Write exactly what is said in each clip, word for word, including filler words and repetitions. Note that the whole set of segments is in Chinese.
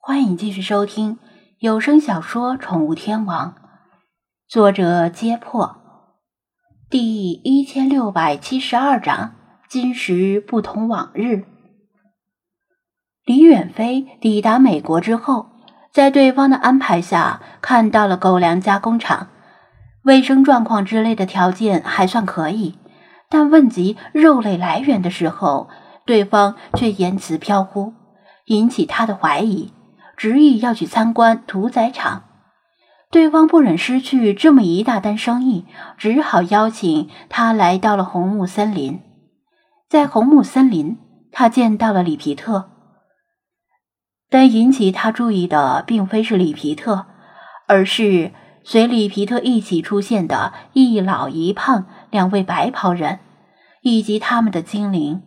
欢迎继续收听有声小说《宠物天王》，作者揭破，第一千六百七十二章，今时不同往日。李远飞抵达美国之后，在对方的安排下，看到了狗粮加工厂，卫生状况之类的条件还算可以，但问及肉类来源的时候，对方却言辞飘忽，引起他的怀疑，执意要去参观屠宰场。对方不忍失去这么一大单生意，只好邀请他来到了红木森林。在红木森林，他见到了里皮特，但引起他注意的并非是里皮特，而是随里皮特一起出现的一老一胖两位白袍人，以及他们的精灵。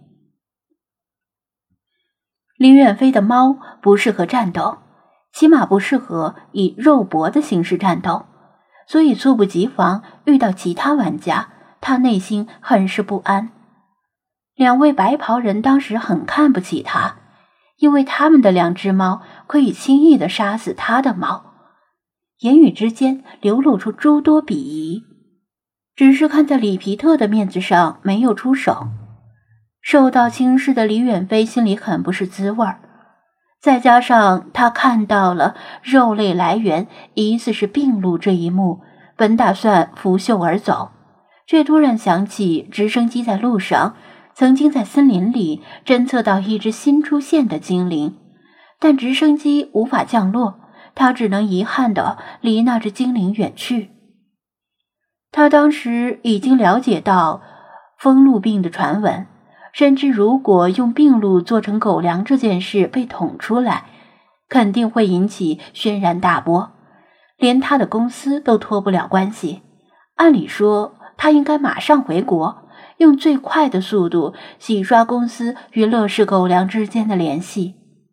李远飞的猫不适合战斗，起码不适合以肉搏的形式战斗，所以猝不及防遇到其他玩家，他内心很是不安。两位白袍人当时很看不起他，因为他们的两只猫可以轻易地杀死他的猫，言语之间流露出诸多鄙夷，只是看在里皮特的面子上没有出手。受到轻视的李远飞心里很不是滋味儿，再加上他看到了肉类来源疑似是病鹿这一幕，本打算拂袖而走，却突然想起直升机在路上曾经在森林里侦测到一只新出现的精灵，但直升机无法降落，他只能遗憾地离那只精灵远去。他当时已经了解到疯鹿病的传闻，甚至如果用病鹿做成狗粮这件事被捅出来，肯定会引起轩然大波，连他的公司都脱不了关系。按理说他应该马上回国，用最快的速度洗刷公司与乐事狗粮之间的联系。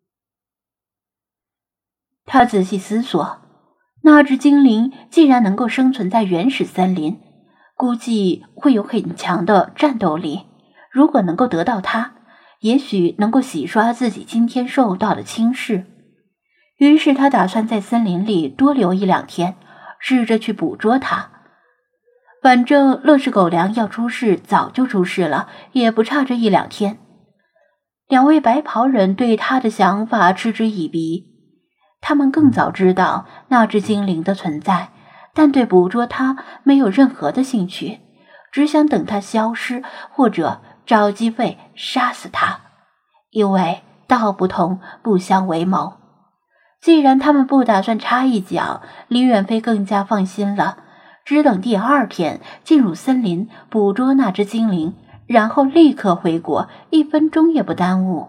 他仔细思索，那只精灵既然能够生存在原始森林，估计会有很强的战斗力，如果能够得到它，也许能够洗刷自己今天受到的轻视。于是他打算在森林里多留一两天，试着去捕捉它。反正乐事狗粮要出事早就出事了，也不差这一两天。两位白袍人对他的想法嗤之以鼻，他们更早知道那只精灵的存在，但对捕捉它没有任何的兴趣，只想等它消失，或者找机会杀死他，因为道不同不相为谋。既然他们不打算插一脚，李远飞更加放心了，只等第二天进入森林捕捉那只精灵，然后立刻回国，一分钟也不耽误。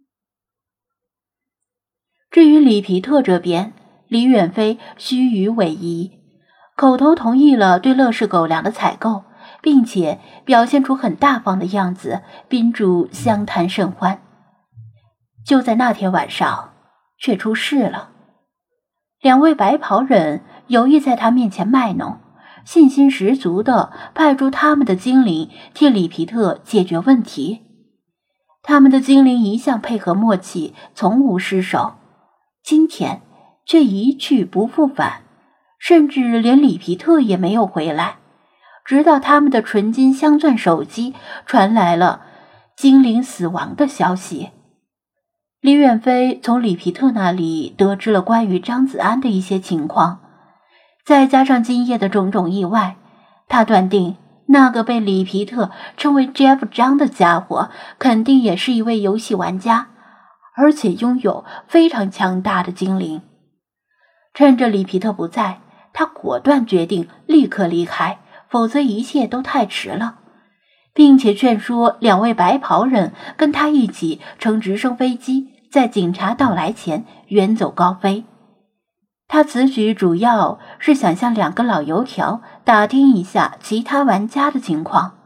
至于里皮特这边，李远飞虚与委蛇，口头同意了对乐事狗粮的采购，并且表现出很大方的样子，宾主相谈甚欢。就在那天晚上，却出事了。两位白袍人有意在他面前卖弄，信心十足地派出他们的精灵替里皮特解决问题。他们的精灵一向配合默契，从无失手，今天却一去不复返，甚至连里皮特也没有回来。直到他们的纯金镶钻手机传来了精灵死亡的消息。李远飞从里皮特那里得知了关于张子安的一些情况，再加上今夜的种种意外，他断定那个被里皮特称为 Jeff 张的家伙肯定也是一位游戏玩家，而且拥有非常强大的精灵。趁着里皮特不在，他果断决定立刻离开，否则一切都太迟了，并且劝说两位白袍人跟他一起乘直升飞机，在警察到来前远走高飞。他此举主要是想向两个老油条打听一下其他玩家的情况。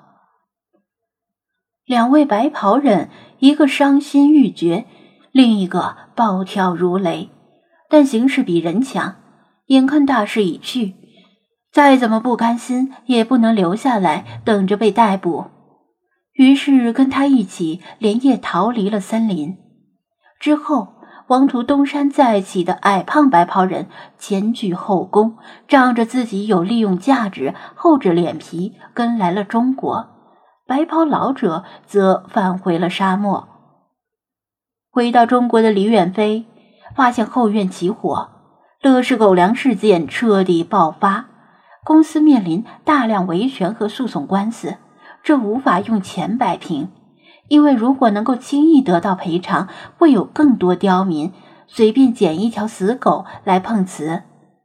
两位白袍人，一个伤心欲绝，另一个暴跳如雷，但形势比人强，眼看大势已去，再怎么不甘心也不能留下来等着被逮捕，于是跟他一起连夜逃离了森林。之后黄土东山再起的矮胖白袍人前倨后恭，仗着自己有利用价值，厚着脸皮跟来了中国。白袍老者则返回了沙漠。回到中国的李远飞发现后院起火，乐视狗粮事件彻底爆发，公司面临大量维权和诉讼官司，这无法用钱摆平。因为如果能够轻易得到赔偿，会有更多刁民随便捡一条死狗来碰瓷。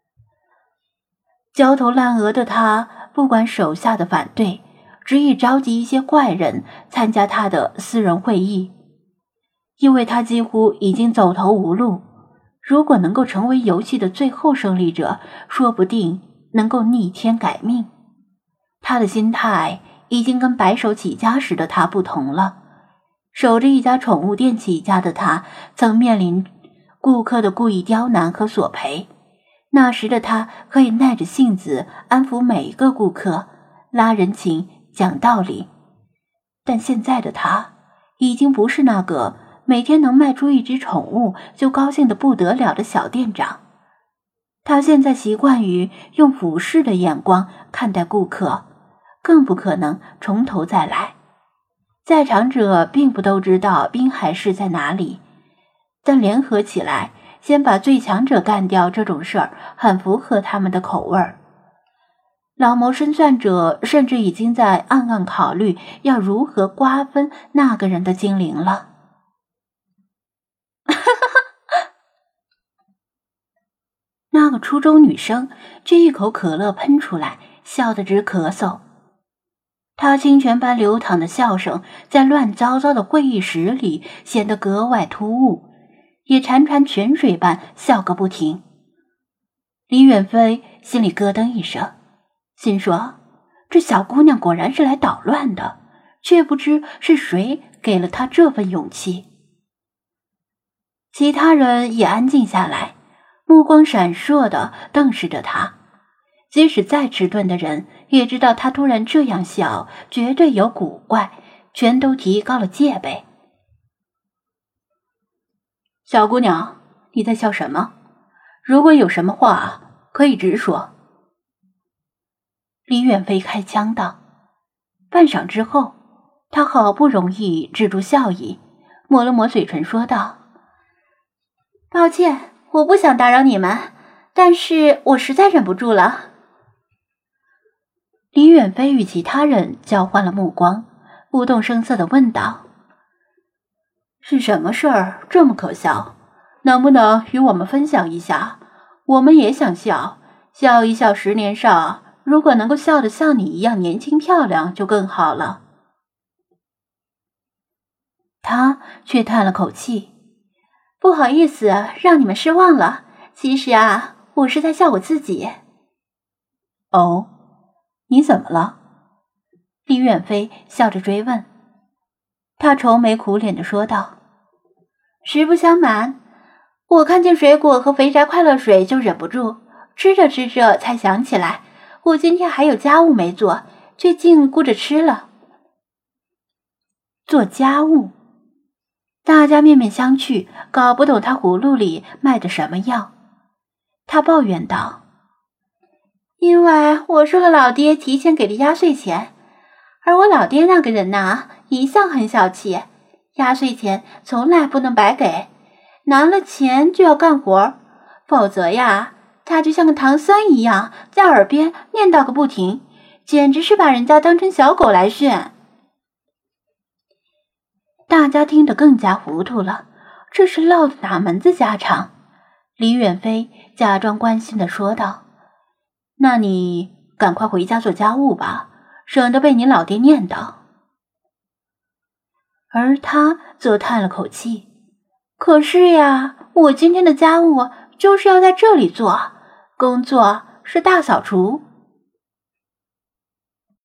焦头烂额的他不管手下的反对，执意召集一些怪人参加他的私人会议。因为他几乎已经走投无路，如果能够成为游戏的最后胜利者，说不定能够逆天改命。他的心态已经跟白手起家时的他不同了。守着一家宠物店起家的他，曾面临顾客的故意刁难和索赔。那时的他可以耐着性子安抚每一个顾客，拉人情，讲道理。但现在的他已经不是那个每天能卖出一只宠物就高兴得不得了的小店长。他现在习惯于用俯视的眼光看待顾客，更不可能从头再来。在场者并不都知道滨海市在哪里，但联合起来先把最强者干掉这种事儿很符合他们的口味儿。老谋深算者甚至已经在暗暗考虑要如何瓜分那个人的精灵了。那个初中女生这一口可乐喷出来，笑得直咳嗽。她清泉般流淌的笑声在乱糟糟的会议室里显得格外突兀，也潺潺泉水般笑个不停。李远飞心里咯噔一声，心说这小姑娘果然是来捣乱的，却不知是谁给了她这份勇气。其他人也安静下来，目光闪烁地瞪视着他。即使再迟钝的人也知道他突然这样笑绝对有古怪，全都提高了戒备。小姑娘，你在笑什么？如果有什么话可以直说。李远飞开腔道。半晌之后，他好不容易止住笑意，抹了抹嘴唇说道：抱歉，我不想打扰你们，但是我实在忍不住了。李远飞与其他人交换了目光，不动声色地问道：是什么事儿这么可笑？能不能与我们分享一下？我们也想笑，笑一笑十年少，如果能够笑得像你一样年轻漂亮就更好了。他却叹了口气：不好意思，让你们失望了。其实啊，我是在笑我自己。哦，你怎么了？李远飞笑着追问。他愁眉苦脸地说道：实不相瞒，我看见水果和肥宅快乐水就忍不住，吃着吃着才想起来，我今天还有家务没做，却竟顾着吃了。做家务？大家面面相觑，搞不懂他葫芦里卖的什么药。他抱怨道：因为我收了老爹提前给的压岁钱，而我老爹那个人呐，一向很小气，压岁钱从来不能白给，拿了钱就要干活，否则呀，他就像个唐僧一样在耳边念叨个不停，简直是把人家当成小狗来训。大家听得更加糊涂了，这是落的哪门子家常？李远飞假装关心地说道：那你赶快回家做家务吧，省得被你老爹念叨。而他则叹了口气：可是呀，我今天的家务就是要在这里做，工作是大扫除，